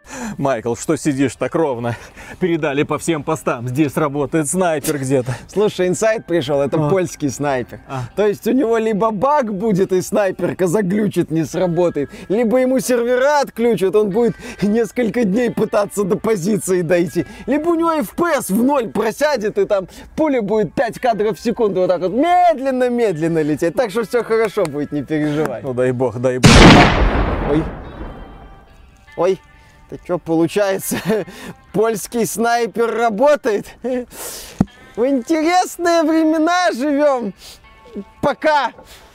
Майкл, что сидишь так ровно? Передали по всем постам. Здесь работает снайпер где-то. Слушай, инсайт пришел, это польский снайпер. То есть у него либо баг будет и снайперка заглючит, не сработает, либо ему сервера отключат, он будет несколько дней пытаться до позиции дойти, либо у него FPS в ноль просядет и там пуля будет 5 кадров в секунду вот так вот медленно-медленно лететь. Так что все хорошо будет, не переживай. Ну дай бог, дай бог. Ой. Ой. Это что получается? Польский снайпер работает? В интересные времена живем. Пока.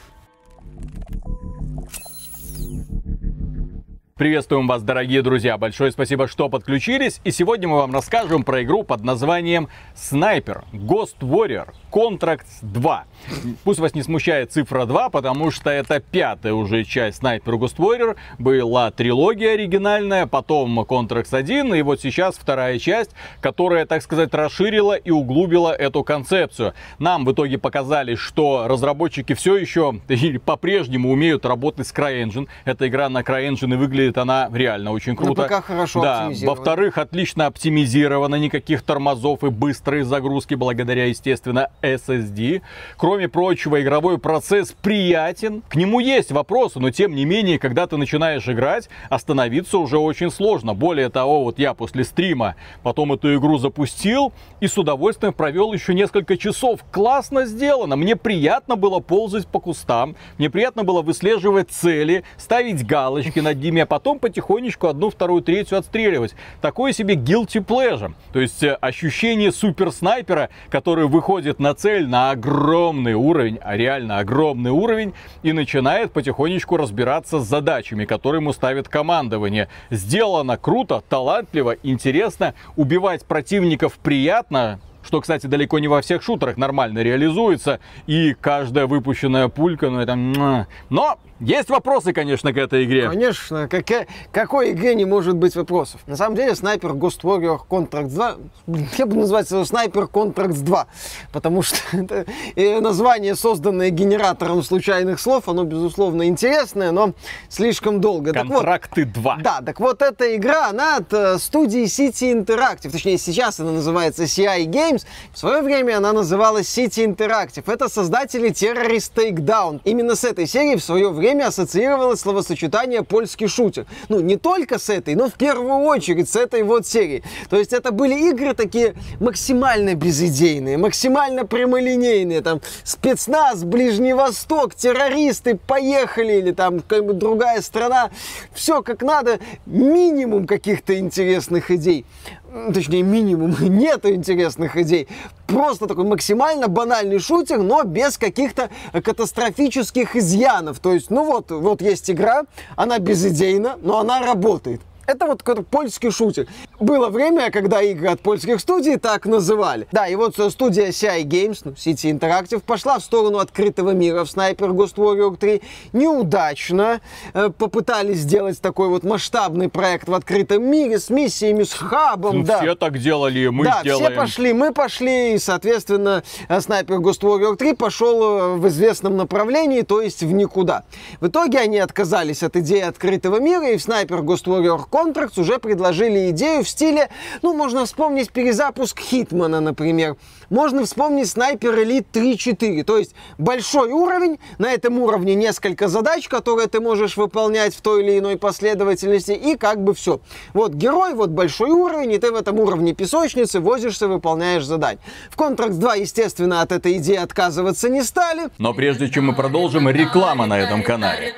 Приветствуем вас, дорогие друзья. Большое спасибо, что подключились. И сегодня мы вам расскажем про игру под названием Sniper Ghost Warrior Contracts 2. Пусть вас не смущает цифра 2, потому что это пятая уже часть Sniper Ghost Warrior. Была трилогия оригинальная, потом Contracts 1, и вот сейчас вторая часть, которая, так сказать, расширила и углубила эту концепцию. Нам в итоге показали, что разработчики все еще или по-прежнему умеют работать с CryEngine. Эта игра на CryEngine и выглядит она реально очень круто. Пока хорошо оптимизирована. Во-вторых, отлично оптимизировано, никаких тормозов и быстрой загрузки благодаря, естественно, SSD. Кроме прочего, игровой процесс приятен. К нему есть вопросы, но тем не менее, когда ты начинаешь играть, остановиться уже очень сложно. Более того, вот я после стрима потом эту игру запустил и с удовольствием провел еще несколько часов. Классно сделано. Мне приятно было ползать по кустам, мне приятно было выслеживать цели, ставить галочки над ними, а потом потихонечку одну, вторую, третью отстреливать. Такое себе guilty pleasure. То есть ощущение суперснайпера, который выходит на цель на огромный уровень, а реально огромный уровень, и начинает потихонечку разбираться с задачами, которые ему ставит командование. Сделано круто, талантливо, интересно. Убивать противников приятно. Что, кстати, далеко не во всех шутерах нормально реализуется. И каждая выпущенная пулька, ну это... Но есть вопросы, конечно, к этой игре. Конечно. Какой игре не может быть вопросов? На самом деле, Sniper Ghost Warrior Contracts 2... Я буду называть его Sniper Contracts 2. Потому что это название, созданное генератором случайных слов, оно, безусловно, интересное, но слишком долго. Контракты 2. Да, так вот эта игра, она от студии City Interactive. Точнее, сейчас она называется CI Games. В свое время она называлась City Interactive. Это создатели Terrorist Takedown. Именно с этой серией в свое время ассоциировалось словосочетание польский шутер. Ну, не только с этой, но в первую очередь с этой вот серией. То есть это были игры такие максимально безидейные, максимально прямолинейные. Там спецназ, Ближний Восток, террористы, поехали, или там какая-нибудь другая страна. Все как надо, минимум каких-то интересных идей. Точнее, минимум нету интересных идей. Просто такой максимально банальный шутер, но без каких-то катастрофических изъянов. То есть, ну вот есть игра, она безидейна, но она работает. Это вот какой-то польский шутер. Было время, когда игры от польских студий так называли. Да, и вот студия CI Games, City Interactive, пошла в сторону открытого мира в Sniper Ghost Warrior 3. Неудачно попытались сделать такой вот масштабный проект в открытом мире с миссиями, с хабом. Ну, да. Все так делали, мы сделаем. Да, все пошли, мы пошли, и, соответственно, Sniper Ghost Warrior 3 пошел в известном направлении, то есть в никуда. В итоге они отказались от идеи открытого мира, и в Sniper Ghost Warrior Contracts уже предложили идею в стиле, ну, можно вспомнить перезапуск Хитмана, например. Можно вспомнить Sniper Elite 3.4, то есть большой уровень, на этом уровне несколько задач, которые ты можешь выполнять в той или иной последовательности, и как бы все. Вот герой, вот большой уровень, и ты в этом уровне песочницы возишься, выполняешь задания. В Contracts 2, естественно, от этой идеи отказываться не стали. Но прежде чем мы продолжим, реклама на этом канале.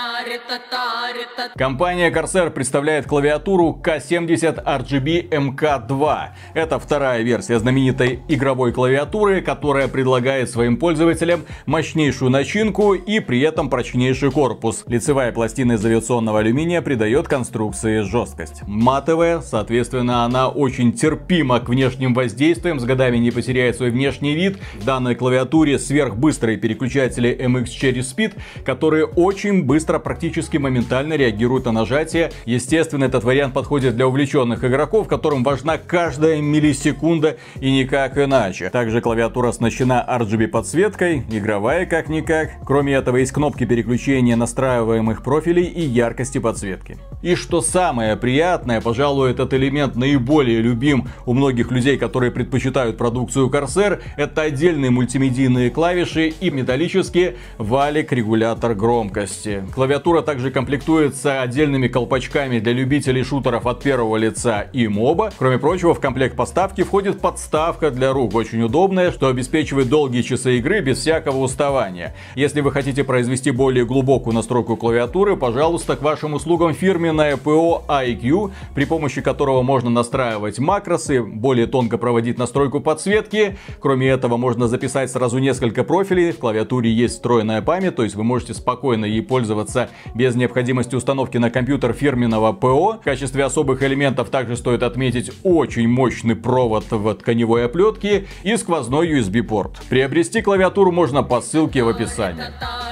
Компания Corsair представляет клавиатуру K70 RGB MK2. Это вторая версия знаменитой игровой клавиатуры, которая предлагает своим пользователям мощнейшую начинку и при этом прочнейший корпус. Лицевая пластина из авиационного алюминия придает конструкции жесткость. Матовая, соответственно, она очень терпима к внешним воздействиям, с годами не потеряет свой внешний вид. В данной клавиатуре сверхбыстрые переключатели MX Cherry Speed, которые очень быстро, практически моментально реагируют на нажатие. Естественно, этот вариант подходит для увлеченных опытных игроков, которым важна каждая миллисекунда и никак иначе. Также клавиатура оснащена RGB подсветкой, игровая как-никак. Кроме этого, есть кнопки переключения настраиваемых профилей и яркости подсветки. И что самое приятное, пожалуй, этот элемент наиболее любим у многих людей, которые предпочитают продукцию Corsair, это отдельные мультимедийные клавиши и металлический валик-регулятор громкости. Клавиатура также комплектуется отдельными колпачками для любителей шутеров от первого лица и моба. Кроме прочего, в комплект поставки входит подставка для рук, очень удобная, что обеспечивает долгие часы игры без всякого уставания. Если вы хотите произвести более глубокую настройку клавиатуры, пожалуйста, к вашим услугам фирменное ПО iQ, при помощи которого можно настраивать макросы, более тонко проводить настройку подсветки. Кроме этого, можно записать сразу несколько профилей. В клавиатуре есть встроенная память, то есть вы можете спокойно ей пользоваться без необходимости установки на компьютер фирменного ПО. В качестве особых элементов также стоит отметить очень мощный провод в тканевой оплетке и сквозной USB-порт. Приобрести клавиатуру можно по ссылке в описании.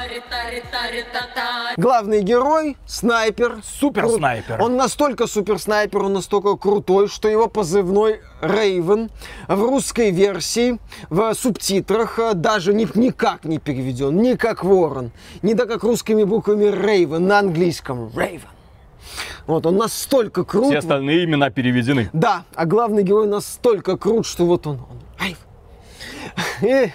Главный герой — снайпер. Супер-снайпер. Он настолько супер-снайпер, он настолько крутой, что его позывной Рейвен в русской версии, в субтитрах даже никак не переведен. Не как Ворон, не так как русскими буквами Рейвен на английском. Рейвен. Вот, он настолько крут. Все остальные имена переведены. Да, а главный герой настолько крут, что вот он Рейвен. И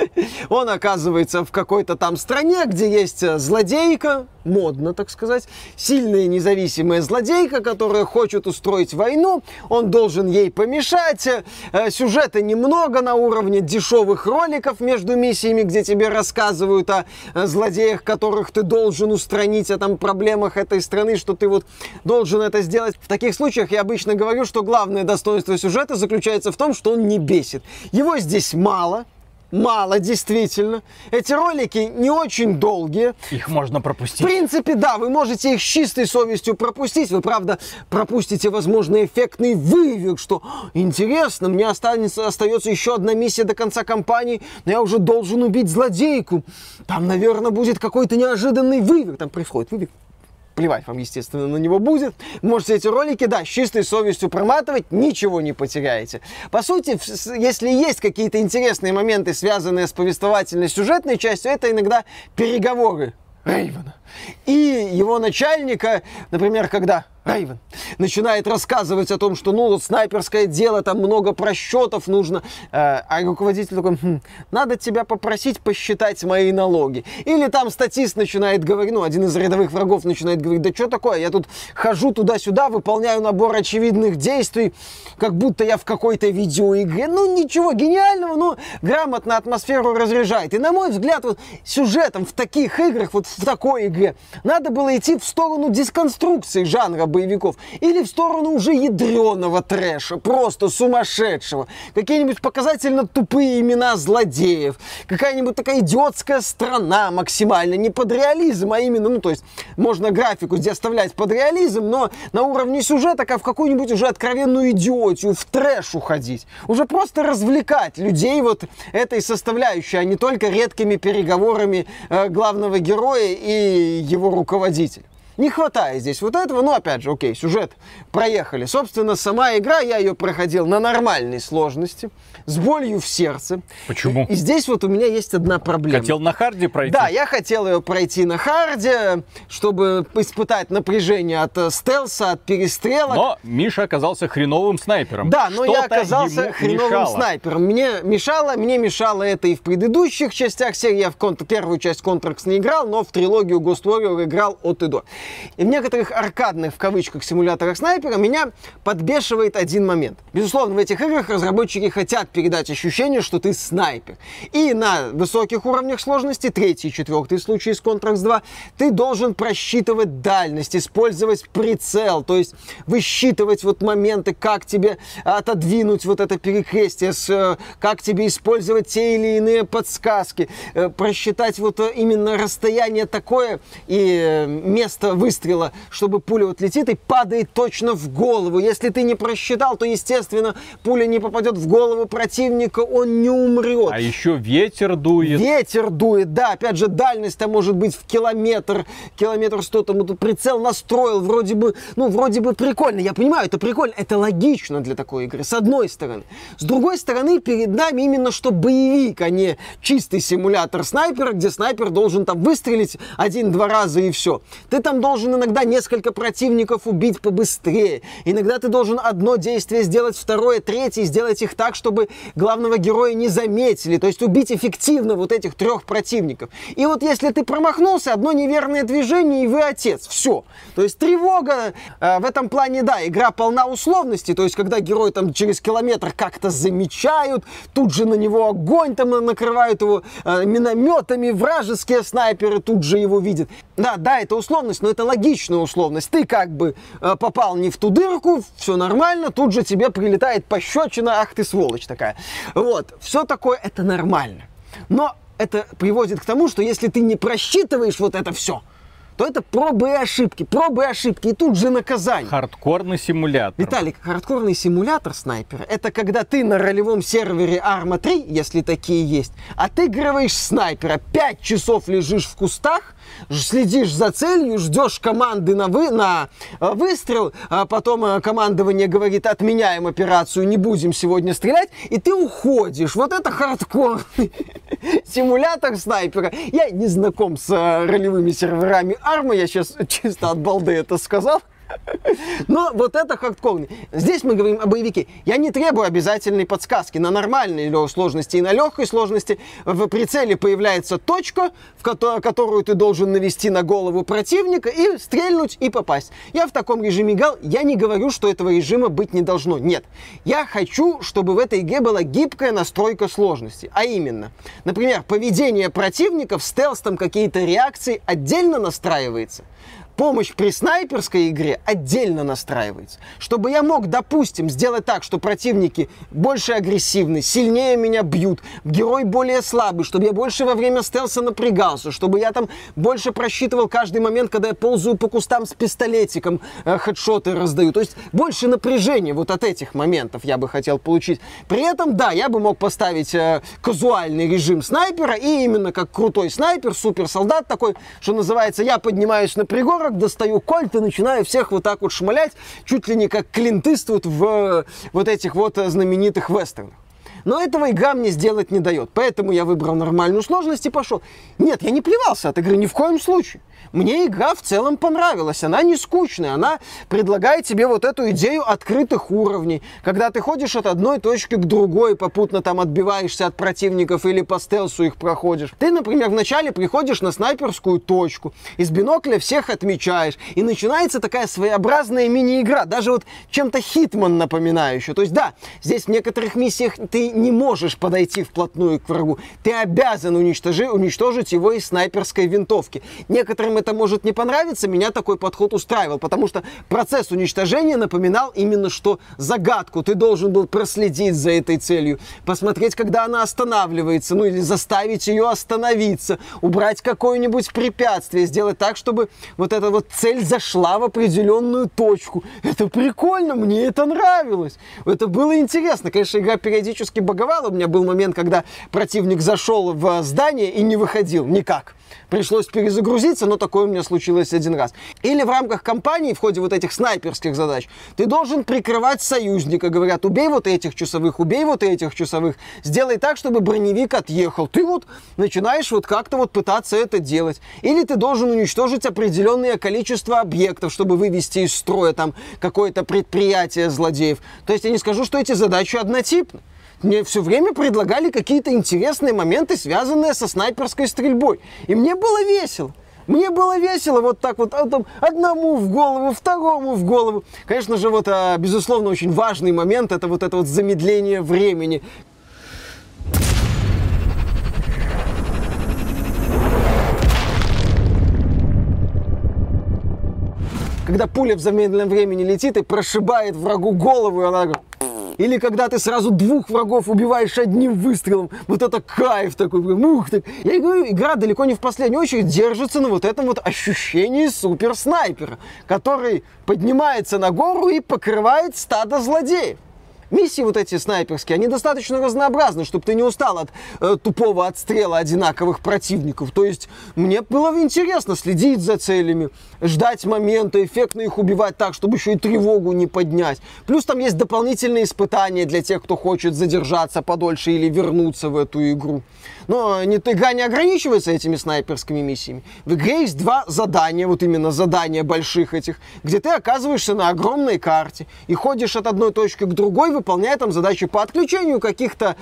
он оказывается в какой-то там стране, где есть злодейка, модно, так сказать, сильная независимая злодейка, которая хочет устроить войну. Он должен ей помешать. Сюжета немного на уровне дешевых роликов между миссиями, где тебе рассказывают о злодеях, которых ты должен устранить, о там проблемах этой страны, что ты вот должен это сделать. В таких случаях я обычно говорю, что главное достоинство сюжета заключается в том, что он не бесит. Его здесь мало. Мало, действительно. Эти ролики не очень долгие. Их можно пропустить. В принципе, да, вы можете их с чистой совестью пропустить. Вы, правда, пропустите, возможно, эффектный вывих, что интересно, мне остается еще одна миссия до конца кампании, но я уже должен убить злодейку. Там, наверное, будет какой-то неожиданный вывих. Там происходит вывих. Плевать вам, естественно, на него будет. Можете эти ролики, да, с чистой совестью проматывать, ничего не потеряете. По сути, если есть какие-то интересные моменты, связанные с повествовательной сюжетной частью, это иногда переговоры Рейвена и его начальника, например, когда Рейвен начинает рассказывать о том, что, ну, вот снайперское дело, там много просчетов нужно, а руководитель такой, надо тебя попросить посчитать мои налоги. Или там статист начинает говорить, ну, один из рядовых врагов начинает говорить, да что такое, я тут хожу туда-сюда, выполняю набор очевидных действий, как будто я в какой-то видеоигре. Ну, ничего гениального, но грамотно атмосферу разряжает. И, на мой взгляд, вот сюжетом в таких играх, вот в такой игре, надо было идти в сторону дисконструкции жанра боевиков или в сторону уже ядреного трэша, просто сумасшедшего. Какие-нибудь показательно тупые имена злодеев, какая-нибудь такая идиотская страна максимально, не под реализм, а именно, ну, то есть, можно графику здесь оставлять под реализм, но на уровне сюжета, как в какую-нибудь уже откровенную идиотию, в трэш уходить. Уже просто развлекать людей вот этой составляющей, а не только редкими переговорами главного героя и его руководителя. Не хватает здесь вот этого, но опять же, окей, сюжет проехали. Собственно, сама игра, я ее проходил на нормальной сложности, с болью в сердце. Почему? И здесь вот у меня есть одна проблема. Хотел на харде пройти? Да, я хотел ее пройти на харде, чтобы испытать напряжение от стелса, от перестрелок. Но Миша оказался хреновым снайпером. Да, но я оказался ему хреновым мешало. снайпером. Мне мешало это и в предыдущих частях серии. Я в первую часть Контракс не играл, но в трилогию Ghost Warrior играл от и до. И в некоторых аркадных, в кавычках, симуляторах снайпера меня подбешивает один момент. Безусловно, в этих играх разработчики хотят передать ощущение, что ты снайпер. И на высоких уровнях сложности, 3-й и 4-й случай из Контракс 2, ты должен просчитывать дальность, использовать прицел, то есть высчитывать вот моменты, как тебе отодвинуть вот это перекрестие, как тебе использовать те или иные подсказки, просчитать вот именно расстояние такое и место выстрела, чтобы пуля вот летит и падает точно в голову. Если ты не просчитал, то, естественно, пуля не попадет в голову противника, он не умрет. А еще ветер дует. Ветер дует, да, опять же, дальность-то может быть в километр 100, там тут прицел настроил, вроде бы прикольно. Я понимаю, это прикольно, это логично для такой игры, с одной стороны. С другой стороны, перед нами именно что боевик, а не чистый симулятор снайпера, где снайпер должен там выстрелить 1-2 раза и все. Ты там должен иногда несколько противников убить побыстрее. Иногда ты должен одно действие сделать, второе, третье, сделать их так, чтобы главного героя не заметили. То есть убить эффективно вот этих 3 противников. И вот если ты промахнулся, одно неверное движение, и вы отец. Все. То есть тревога в этом плане, да, игра полна условностей. То есть когда герой там через километр как-то замечают, тут же на него огонь там накрывают его минометами, вражеские снайперы тут же его видят. Да, это условность, но это логичная условность. Ты как бы попал не в ту дырку, все нормально, тут же тебе прилетает пощечина, ах ты сволочь такая. Вот, все такое, это нормально. Но это приводит к тому, что если ты не просчитываешь вот это все, то это пробы и ошибки, и тут же наказание. Хардкорный симулятор. Виталик, хардкорный симулятор снайпера — это когда ты на ролевом сервере Arma 3, если такие есть, отыгрываешь снайпера, 5 часов лежишь в кустах, следишь за целью, ждешь команды на выстрел, а потом командование говорит: отменяем операцию, не будем сегодня стрелять, и ты уходишь. Вот это хардкорный симулятор снайпера. Я не знаком с ролевыми серверами Arma, я сейчас чисто от балды это сказал. Но вот это хардкорный. Здесь мы говорим о боевике. Я не требую обязательной подсказки. На нормальной сложности и на легкой сложности в прицеле появляется точка, которую ты должен навести на голову противника и стрельнуть и попасть. Я в таком режиме играл. Я не говорю, что этого режима быть не должно. Нет. Я хочу, чтобы в этой игре была гибкая настройка сложности. А именно, например, поведение противников, стелс, там какие-то реакции отдельно настраивается. Помощь при снайперской игре отдельно настраивается. Чтобы я мог, допустим, сделать так, что противники больше агрессивны, сильнее меня бьют, герой более слабый, чтобы я больше во время стелса напрягался, чтобы я там больше просчитывал каждый момент, когда я ползаю по кустам с пистолетиком, хедшоты раздаю. То есть больше напряжения вот от этих моментов я бы хотел получить. При этом, да, я бы мог поставить казуальный режим снайпера, и именно как крутой снайпер, суперсолдат такой, что называется, я поднимаюсь на пригорок, достаю кольт и начинаю всех вот так вот шмалять, чуть ли не как Клинт Иствуд в вот этих вот знаменитых вестернах. Но этого игра мне сделать не дает. Поэтому я выбрал нормальную сложность и пошел. Нет, я не плевался от игры ни в коем случае. Мне игра в целом понравилась. Она не скучная. Она предлагает тебе вот эту идею открытых уровней. Когда ты ходишь от одной точки к другой, попутно там отбиваешься от противников или по стелсу их проходишь. Ты, например, вначале приходишь на снайперскую точку, из бинокля всех отмечаешь. И начинается такая своеобразная мини-игра. Даже вот чем-то Хитман напоминающая. То есть да, здесь в некоторых миссиях ты не можешь подойти вплотную к врагу. Ты обязан уничтожить его из снайперской винтовки. Некоторым это может не понравиться, меня такой подход устраивал, потому что процесс уничтожения напоминал именно что загадку. Ты должен был проследить за этой целью, посмотреть, когда она останавливается, ну или заставить ее остановиться, убрать какое-нибудь препятствие, сделать так, чтобы вот эта вот цель зашла в определенную точку. Это прикольно, мне это нравилось. Это было интересно. Конечно, игра периодически баговала. У меня был момент, когда противник зашел в здание и не выходил никак. Пришлось перезагрузиться, но такое у меня случилось один раз. Или в рамках кампании, в ходе вот этих снайперских задач, ты должен прикрывать союзника. Говорят, убей вот этих часовых, убей вот этих часовых. Сделай так, чтобы броневик отъехал. Ты вот начинаешь вот как-то вот пытаться это делать. Или ты должен уничтожить определенное количество объектов, чтобы вывести из строя там какое-то предприятие злодеев. То есть я не скажу, что эти задачи однотипны. Мне все время предлагали какие-то интересные моменты, связанные со снайперской стрельбой. И мне было весело. Мне было весело вот так вот одному в голову, второму в голову. Конечно же, вот, безусловно, очень важный момент — это вот замедление времени. Когда пуля в замедленном времени летит и прошибает врагу голову, и она Или когда ты сразу 2 врагов убиваешь одним выстрелом. Вот это кайф такой. Ух ты. Я говорю, игра далеко не в последнюю очередь держится на вот этом вот ощущении суперснайпера, который поднимается на гору и покрывает стадо злодеев. Миссии вот эти снайперские, они достаточно разнообразны, чтобы ты не устал от тупого отстрела одинаковых противников. То есть мне было интересно следить за целями, ждать момента, эффектно их убивать так, чтобы еще и тревогу не поднять. Плюс там есть дополнительные испытания для тех, кто хочет задержаться подольше или вернуться в эту игру. Но игра не ограничивается этими снайперскими миссиями. В игре есть 2 задания, вот именно задания больших этих, где ты оказываешься на огромной карте и ходишь от одной точки к другой, выполняя там задачи по отключению каких-то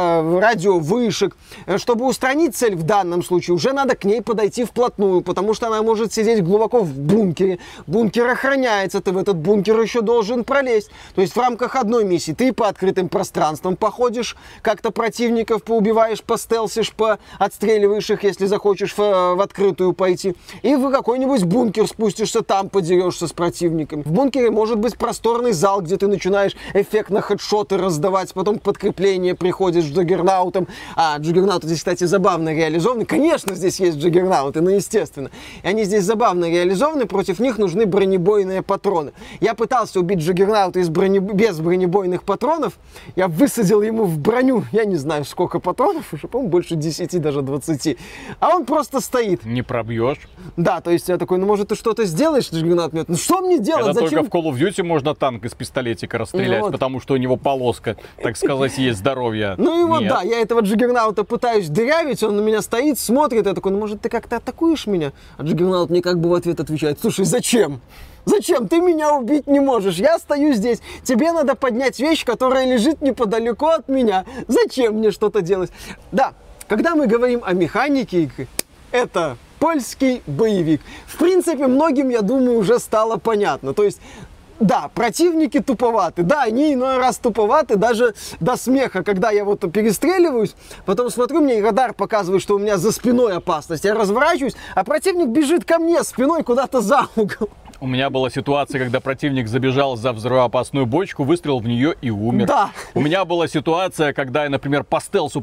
радиовышек. Чтобы устранить цель в данном случае, уже надо к ней подойти вплотную, потому что она может сидеть глубоко в бункере. Бункер охраняется, ты в этот бункер еще должен пролезть. То есть в рамках одной миссии ты по открытым пространствам походишь, как-то противников поубиваешь, постелсишь, отстреливаешь их, если захочешь в открытую пойти. И в какой-нибудь бункер спустишься, там подерешься с противниками. В бункере может быть просторный зал, где ты начинаешь эффектно хедшоты раздавать, потом подкрепление приходит с Джаггернаутом. А Джаггернаут здесь, кстати, забавно реализованы. Конечно, здесь есть Джаггернауты, но естественно. И они здесь забавно реализованы, против них нужны бронебойные патроны. Я пытался убить Джаггернаута без бронебойных патронов. Я высадил ему в броню, я не знаю, сколько патронов, уже, по-моему, больше 10, даже 20. А он просто стоит. Не пробьешь. Да, то есть я такой, ну может ты что-то сделаешь, Джаггернаут? Ну что мне делать? Это Зачем? только в Call of Duty можно танк из пистолетика расстрелять, Вот. потому что у него полоска, так сказать, есть здоровье. Ну и вот Нет. да, я этого Джаггернаута пытаюсь дырявить, он на меня стоит, смотрит, я такой, ну может ты как-то атакуешь меня? А Джаггернаут мне как бы в ответ отвечает, слушай, зачем? Зачем? Ты меня убить не можешь. Я стою здесь. Тебе надо поднять вещь, которая лежит неподалеку от меня. Зачем мне что-то делать? Да, когда мы говорим о механике игры, это польский боевик. В принципе, многим, я думаю, уже стало понятно. То есть, да, противники туповаты. Да, они иной раз туповаты даже до смеха. Когда я вот перестреливаюсь, потом смотрю, мне радар показывает, что у меня за спиной опасность. Я разворачиваюсь, а противник бежит ко мне спиной куда-то за угол. У меня была ситуация, когда противник забежал за взрывоопасную бочку, выстрелил в нее и умер. Да. У меня была ситуация, когда я, например, по стелсу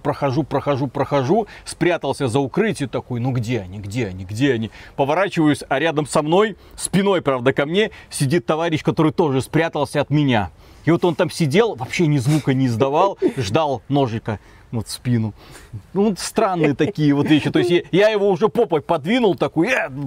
прохожу, спрятался за укрытие, такой, ну где они? Поворачиваюсь, а рядом со мной, спиной, правда, ко мне, сидит товарищ, который тоже спрятался от меня. И вот он там сидел, вообще ни звука не издавал, ждал ножика вот в спину. Ну, вот странные такие вот вещи. То есть я его уже попой подвинул, такой,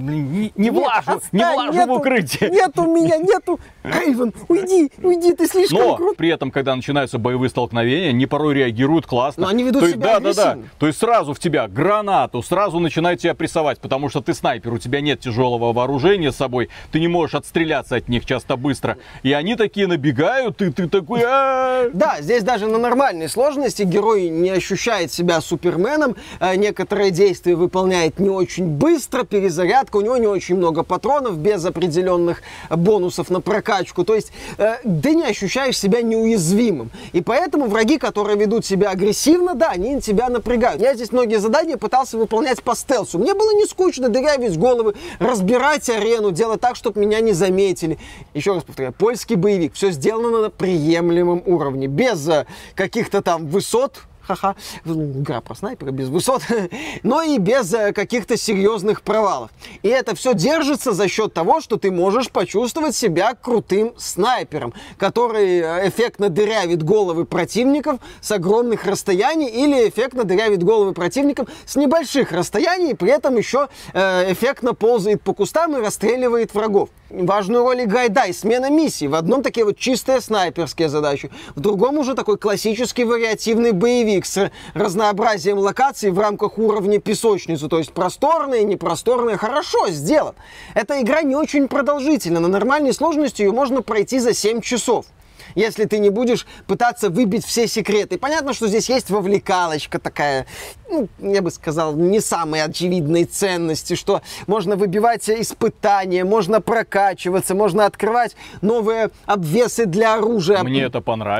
не влажу в укрытие. Нету. Рейвен, уйди, ты слишком Но крут. при этом, когда начинаются боевые столкновения, они порой реагируют классно. Но они ведут То есть, себя да. агрессивно. То есть сразу в тебя гранату, сразу начинают тебя прессовать, потому что ты снайпер, у тебя нет тяжелого вооружения с собой, ты не можешь отстреляться от них часто быстро. И они такие набегают, и ты такой... Да, здесь даже на нормальной сложности герой не ощущает себя суперменом, некоторые действия выполняет не очень быстро, перезарядка, у него не очень много патронов, без определенных бонусов на прокачку, то есть ты не ощущаешь себя неуязвимым. И поэтому враги, которые ведут себя агрессивно, да, они тебя напрягают. Я здесь многие задания пытался выполнять по стелсу. Мне было не скучно дырявить головы, разбирать арену, делать так, чтобы меня не заметили. Еще раз повторяю, польский боевик, все сделано на приемлемом уровне, без каких-то там высот, ха-ха, игра про снайпера без высот, но и без каких-то серьезных провалов. И это все держится за счет того, что ты можешь почувствовать себя крутым снайпером, который эффектно дырявит головы противников с огромных расстояний или эффектно дырявит головы противников с небольших расстояний, и при этом еще эффектно ползает по кустам и расстреливает врагов. Важную роль играет, да, и смена миссий. В одном такие вот чистые снайперские задачи, в другом уже такой классический вариативный боевик с разнообразием локаций в рамках уровня песочницы, то есть просторные, непросторные, хорошо сделан. Эта игра не очень продолжительна, на нормальной сложности ее можно пройти за 7 часов. Если ты не будешь пытаться выбить все секреты. Понятно, что здесь есть вовлекалочка такая, ну, я бы сказал, не самой очевидной ценности, что можно выбивать испытания, можно прокачиваться, можно открывать новые обвесы для оружия. Мне это понравилось.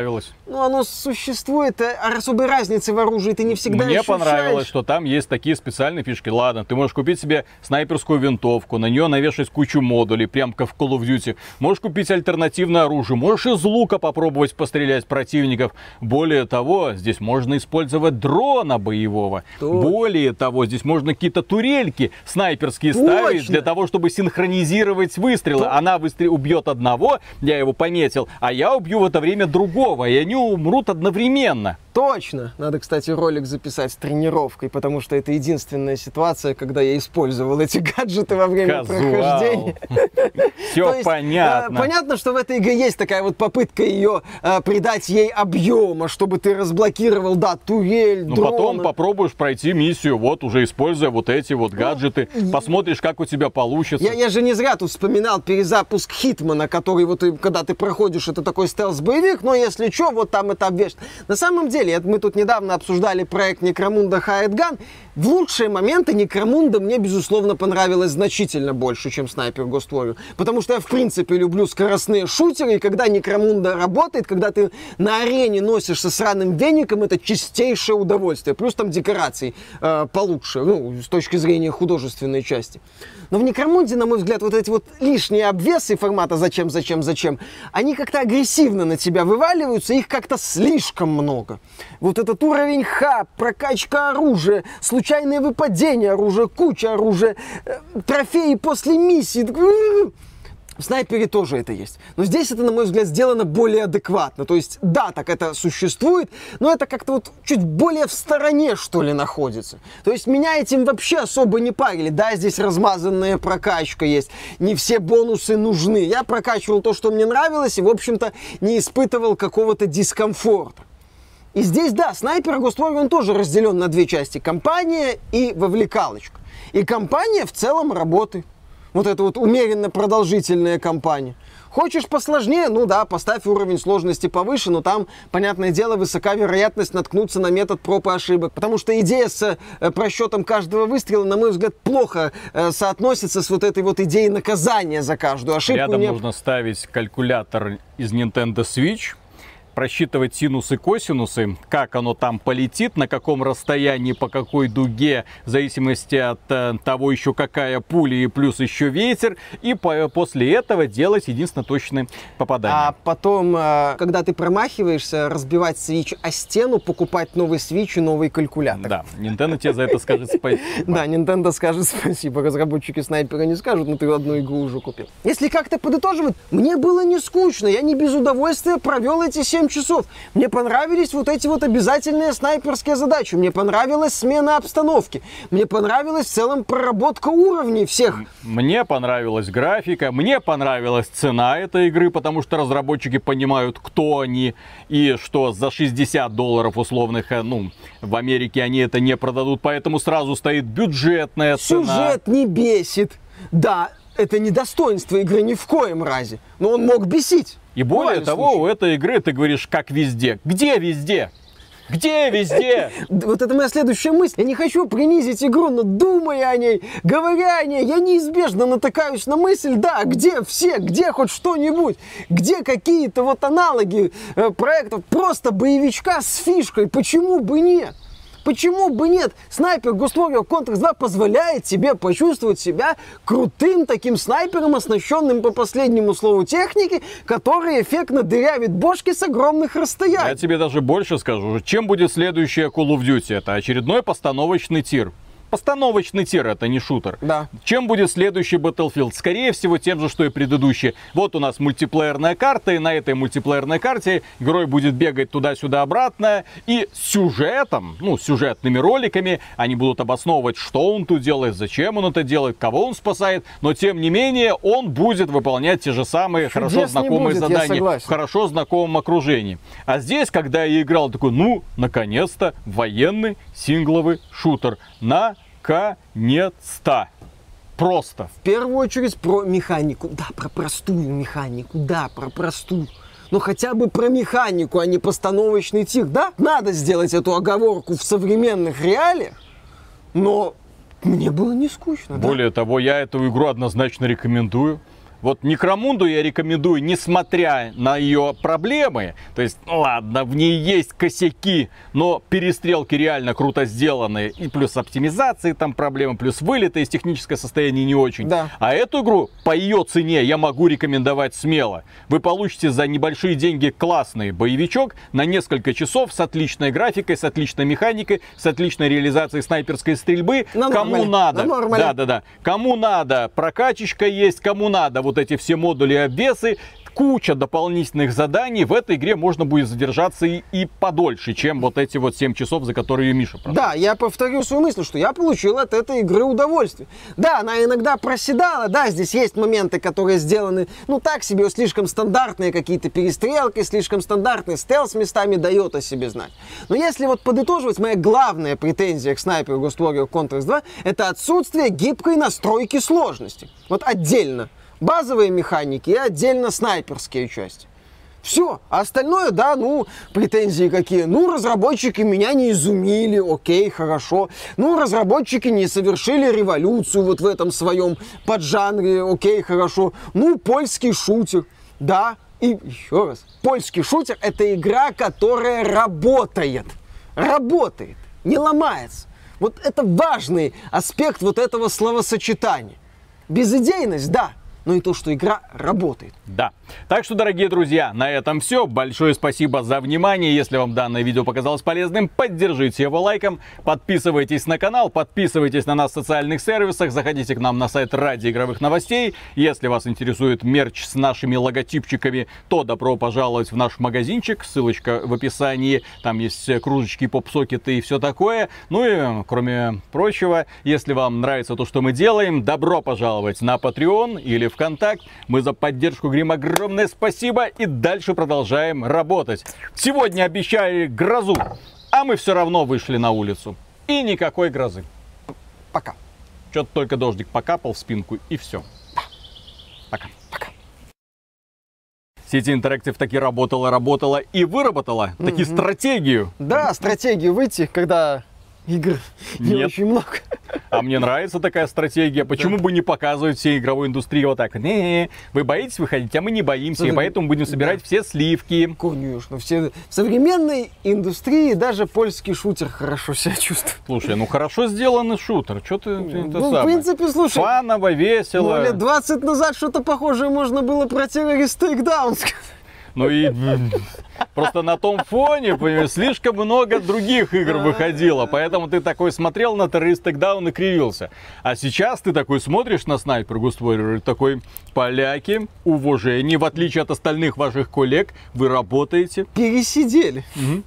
Ну, оно существует, а особой разницы в оружии ты не всегда Мне ощущаешь. понравилось, что там есть такие специальные фишки. Ладно, ты можешь купить себе снайперскую винтовку, на нее навешать кучу модулей, прям как в Call of Duty. Можешь купить альтернативное оружие, можешь из лука попробовать пострелять противников. Более того, здесь можно использовать дрона боевого. Более того, здесь можно какие-то турельки снайперские ставить для того, чтобы синхронизировать выстрелы. Она убьет одного, я его пометил, а я убью в это время другого, и они умрут одновременно. Точно! Надо, кстати, ролик записать с тренировкой, потому что это единственная ситуация, когда я использовал эти гаджеты во время прохождения. Все понятно. Понятно, что в этой игре есть такая вот попытка ее придать ей объема, чтобы ты разблокировал, да, турель, дрона. Потом попробуешь пройти миссию, вот уже используя вот эти вот гаджеты, посмотришь, как у тебя получится. Я же не зря тут вспоминал перезапуск Хитмана, который вот когда ты проходишь, это такой стелс-боевик, но если что, вот там это обвешено. На самом деле, мы тут недавно обсуждали проект Necromunda Hired Gun. В лучшие моменты Necromunda мне, безусловно, понравилось значительно больше, чем Sniper Ghost Warrior. Потому что я, в принципе, люблю скоростные шутеры, и когда Necromunda работает, когда ты на арене носишься с сраным веником, это чистейшее удовольствие. Плюс там декорации получше, ну, с точки зрения художественной части. Но в Necromunda, на мой взгляд, вот эти вот лишние обвесы формата «зачем», они как-то агрессивно на тебя вываливаются, их как-то слишком много. Вот этот уровень хаб, прокачка оружия, случайные выпадения оружия, куча оружия, трофеи после миссии. В Снайпере тоже это есть. Но здесь это, на мой взгляд, сделано более адекватно. То есть, да, так это существует, но это как-то вот чуть более в стороне, что ли, находится. То есть, меня этим вообще особо не парили. Да, здесь размазанная прокачка есть, не все бонусы нужны. Я прокачивал то, что мне нравилось, и, в общем-то, не испытывал какого-то дискомфорта. И здесь, да, Снайпер Ghost Warrior, он тоже разделен на две части. Кампания и вовлекалочка. И кампания в целом работает. Вот это вот умеренно продолжительная кампания. Хочешь посложнее? Ну да, поставь уровень сложности повыше, но там, понятное дело, высока вероятность наткнуться на метод проб и ошибок. Потому что идея с просчетом каждого выстрела, на мой взгляд, плохо соотносится с вот этой вот идеей наказания за каждую ошибку. Рядом нужно ставить калькулятор из Nintendo Switch, просчитывать синусы, косинусы, как оно там полетит, на каком расстоянии, по какой дуге, в зависимости от того еще какая пуля и плюс еще ветер, и после этого делать единственно точное попадание. А потом, когда ты промахиваешься, разбивать Switch о стену, покупать новый Switch и новый калькулятор. Да, Nintendo тебе за это скажет спасибо. Да, Nintendo скажет спасибо, разработчики Снайпера не скажут, но ты одну игру уже купил. Если как-то подытоживать, мне было не скучно, я не без удовольствия провел эти 7 часов. Мне понравились вот эти вот обязательные снайперские задачи. Мне понравилась смена обстановки. Мне понравилась в целом проработка уровней всех. Мне понравилась графика. Мне понравилась цена этой игры, потому что разработчики понимают, кто они. И что за $60 условных, ну, в Америке они это не продадут. Поэтому сразу стоит бюджетная цена. Сюжет не бесит. Да, это не достоинство игры ни в коем разе. Но он мог бесить. И более того, у этой игры ты говоришь, как везде. Где везде? Где везде? Вот это моя следующая мысль. Я не хочу принизить игру, но думая о ней, говоря о ней, я неизбежно натыкаюсь на мысль, да, где все, где хоть что-нибудь, где какие-то вот аналоги проектов, просто боевичка с фишкой, почему бы нет? Почему бы нет? Снайпер Ghost Warrior Contrax 2 позволяет тебе почувствовать себя крутым таким снайпером, оснащенным по последнему слову техники, который эффектно дырявит бошки с огромных расстояний. Я тебе даже больше скажу. Чем будет следующая Call of Duty? Это очередной постановочный тир. Постановочный тир, это не шутер. Да. Чем будет следующий Battlefield? Скорее всего, тем же, что и предыдущий. Вот у нас мультиплеерная карта, и на этой мультиплеерной карте герой будет бегать туда-сюда обратно. И с сюжетом, ну, сюжетными роликами, они будут обосновывать, что он тут делает, зачем он это делает, кого он спасает. Но, тем не менее, он будет выполнять те же самые хорошо знакомые задания в хорошо знакомом окружении. А здесь, когда я играл, такой, ну, наконец-то, военный сингловый шутер. Наконец-то. Просто. В первую очередь про механику. Да, про простую механику. Да, про простую. Но хотя бы про механику, а не постановочный тир. Да, надо сделать эту оговорку в современных реалиях, но мне было не скучно. Более того, я эту игру однозначно рекомендую. Вот Некромунду я рекомендую, несмотря на ее проблемы. То есть, ладно, в ней есть косяки, но перестрелки реально круто сделаны. И плюс оптимизации там проблемы, плюс вылеты из техническое состояние не очень. Да. А эту игру по ее цене я могу рекомендовать смело. Вы получите за небольшие деньги классный боевичок на несколько часов с отличной графикой, с отличной механикой, с отличной реализацией снайперской стрельбы. Кому надо. Да. Кому надо. Прокачечка есть, кому надо. Вот эти все модули и обвесы, куча дополнительных заданий. В этой игре можно будет задержаться и подольше, чем вот эти вот 7 часов, за которые Миша прошел. Да, я повторю свою мысль, что я получил от этой игры удовольствие. Да, она иногда проседала, да, здесь есть моменты, которые сделаны, ну так себе, слишком стандартные какие-то перестрелки, слишком стандартный стелс местами дает о себе знать. Но если вот подытоживать, моя главная претензия к снайперу Ghost Warrior Contras 2 это отсутствие гибкой настройки сложности. Вот отдельно. Базовые механики и отдельно снайперские части. Все. А остальное, да, ну, претензии какие. Ну, разработчики меня не изумили, окей, хорошо. Ну, разработчики не совершили революцию вот в этом своем поджанре, окей, хорошо. Ну, польский шутер, да. И еще раз, польский шутер — это игра, которая работает. Работает, не ломается. Вот это важный аспект вот этого словосочетания. Безидейность, да. Но и то, что игра работает. Да. Так что, дорогие друзья, на этом все. Большое спасибо за внимание. Если вам данное видео показалось полезным, поддержите его лайком. Подписывайтесь на канал, подписывайтесь на нас в социальных сервисах. Заходите к нам на сайт ради игровых новостей. Если вас интересует мерч с нашими логотипчиками, то добро пожаловать в наш магазинчик. Ссылочка в описании. Там есть кружечки, поп-сокеты и все такое. Ну и, кроме прочего, если вам нравится то, что мы делаем, добро пожаловать на Patreon или ВКонтакт. Мы за поддержку говорим огромное спасибо и дальше продолжаем работать. Сегодня обещали грозу, а мы все равно вышли на улицу. И никакой грозы. Пока. Что-то только дождик покапал в спинку и все. Пока. Пока. City Interactive таки работала и выработала таки стратегию. Да, стратегию выйти, когда игр не Нет. очень много. А мне нравится такая стратегия. Почему бы не показывать всей игровой индустрии вот так? Не-не-не, вы боитесь выходить, а мы не боимся. И поэтому будем собирать все сливки. Конечно, все в современной индустрии даже польский шутер хорошо себя чувствует. Слушай, ну хорошо сделанный шутер. Что ты Ну, в принципе, слушай, фаново, весело. лет 20 назад что-то похожее можно было про Terrorist Takedown сказать. Ну и просто на том фоне, понимаешь, слишком много других игр выходило. Поэтому ты такой смотрел на Terrorist Takedown и кривился. А сейчас ты такой смотришь на снайпер Ghost Warrior и такой: поляки, уважение, в отличие от остальных ваших коллег, вы работаете. Пересидели.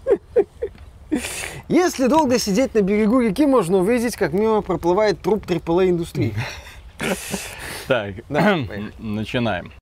Если долго сидеть на берегу реки, можно увидеть, как мимо проплывает труп AAA индустрии. Так, Да, поехали. начинаем.